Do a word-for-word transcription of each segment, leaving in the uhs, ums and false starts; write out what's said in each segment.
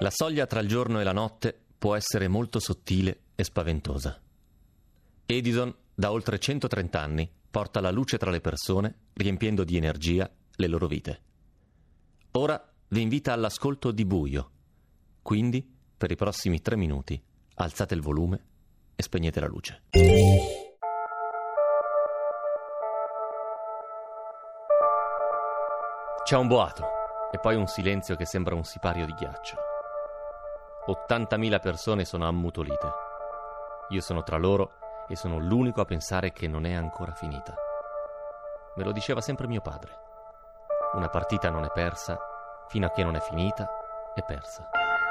La soglia tra il giorno e la notte può essere molto sottile e spaventosa. Edison, da oltre centotrenta anni, porta la luce tra le persone, riempiendo di energia le loro vite. Ora vi invita all'ascolto di Buio. Quindi, per i prossimi tre minuti, alzate il volume e spegnete la luce. C'è un boato e poi un silenzio che sembra un sipario di ghiaccio. ottantamila persone sono ammutolite. Io sono tra loro e sono l'unico a pensare che non è ancora finita. Me lo diceva sempre mio padre. Una partita non è persa fino a che non è finita, è persa.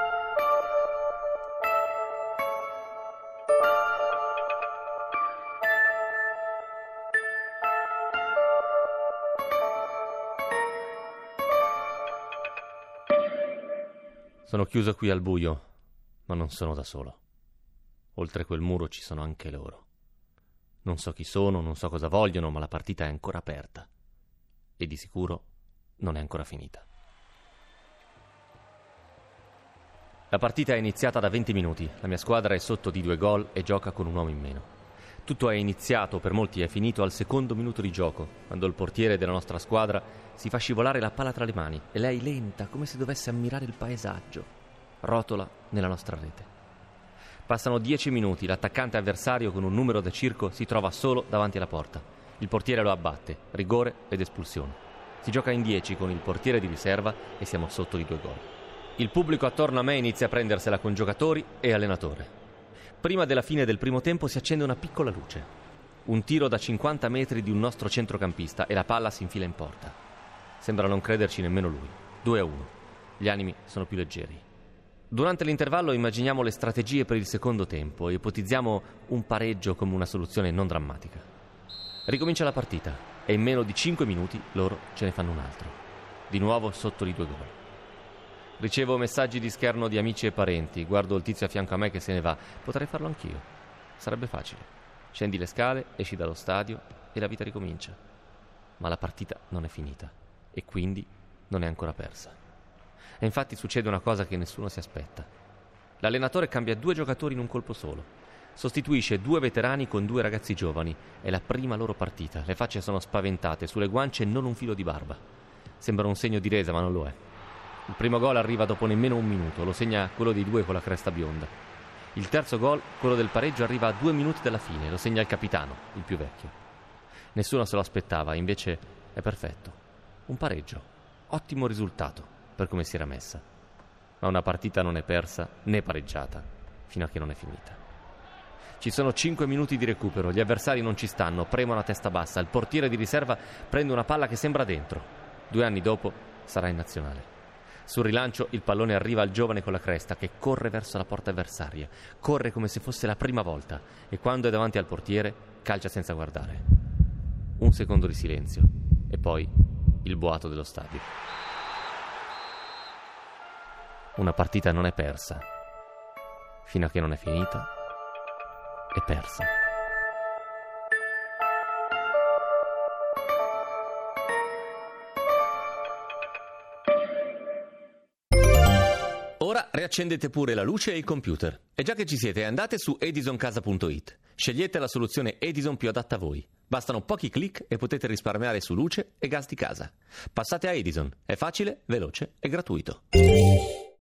Sono chiuso qui al buio, ma non sono da solo. Oltre quel muro ci sono anche loro. Non so chi sono, non so cosa vogliono, ma la partita è ancora aperta. E di sicuro non è ancora finita. La partita è iniziata da venti minuti. La mia squadra è sotto di due gol e gioca con un uomo in meno. Tutto è iniziato, per molti è finito al secondo minuto di gioco, quando il portiere della nostra squadra si fa scivolare la palla tra le mani e lei, lenta, come se dovesse ammirare il paesaggio, rotola nella nostra rete. Passano dieci minuti, l'attaccante avversario con un numero da circo si trova solo davanti alla porta. Il portiere lo abbatte, rigore ed espulsione. Si gioca in dieci con il portiere di riserva e siamo sotto di due gol. Il pubblico attorno a me inizia a prendersela con giocatori e allenatore. Prima della fine del primo tempo si accende una piccola luce. Un tiro da cinquanta metri di un nostro centrocampista e la palla si infila in porta. Sembra non crederci nemmeno lui. due a uno. Gli animi sono più leggeri. Durante l'intervallo immaginiamo le strategie per il secondo tempo e ipotizziamo un pareggio come una soluzione non drammatica. Ricomincia la partita e in meno di cinque minuti loro ce ne fanno un altro. Di nuovo sotto di due gol. Ricevo messaggi di scherno di amici e parenti. Guardo il tizio a fianco a me che se ne va. Potrei farlo anch'io. Sarebbe facile. Scendi le scale, esci dallo stadio e la vita ricomincia. Ma la partita non è finita e quindi non è ancora persa. E infatti succede una cosa che nessuno si aspetta. L'allenatore cambia due giocatori in un colpo solo. Sostituisce due veterani con due ragazzi giovani. È la prima loro partita. Le facce sono spaventate, sulle guance non un filo di barba. Sembra un segno di resa, ma non lo è. Il primo gol arriva dopo nemmeno un minuto, lo segna quello dei due con la cresta bionda. Il terzo gol, quello del pareggio, arriva a due minuti dalla fine, lo segna il capitano, il più vecchio. Nessuno se lo aspettava, invece è perfetto. Un pareggio, ottimo risultato per come si era messa. Ma una partita non è persa né pareggiata fino a che non è finita. Ci sono cinque minuti di recupero, gli avversari non ci stanno, premono a testa bassa, il portiere di riserva prende una palla che sembra dentro. Due anni dopo sarà in nazionale. Sul rilancio il pallone arriva al giovane con la cresta che corre verso la porta avversaria. Corre come se fosse la prima volta e quando è davanti al portiere calcia senza guardare. Un secondo di silenzio e poi il boato dello stadio. Una partita non è persa. Fino a che non è finita, è persa. Ora riaccendete pure la luce e il computer. E già che ci siete, andate su edison casa punto it. Scegliete la soluzione Edison più adatta a voi. Bastano pochi clic e potete risparmiare su luce e gas di casa. Passate a Edison. È facile, veloce e gratuito.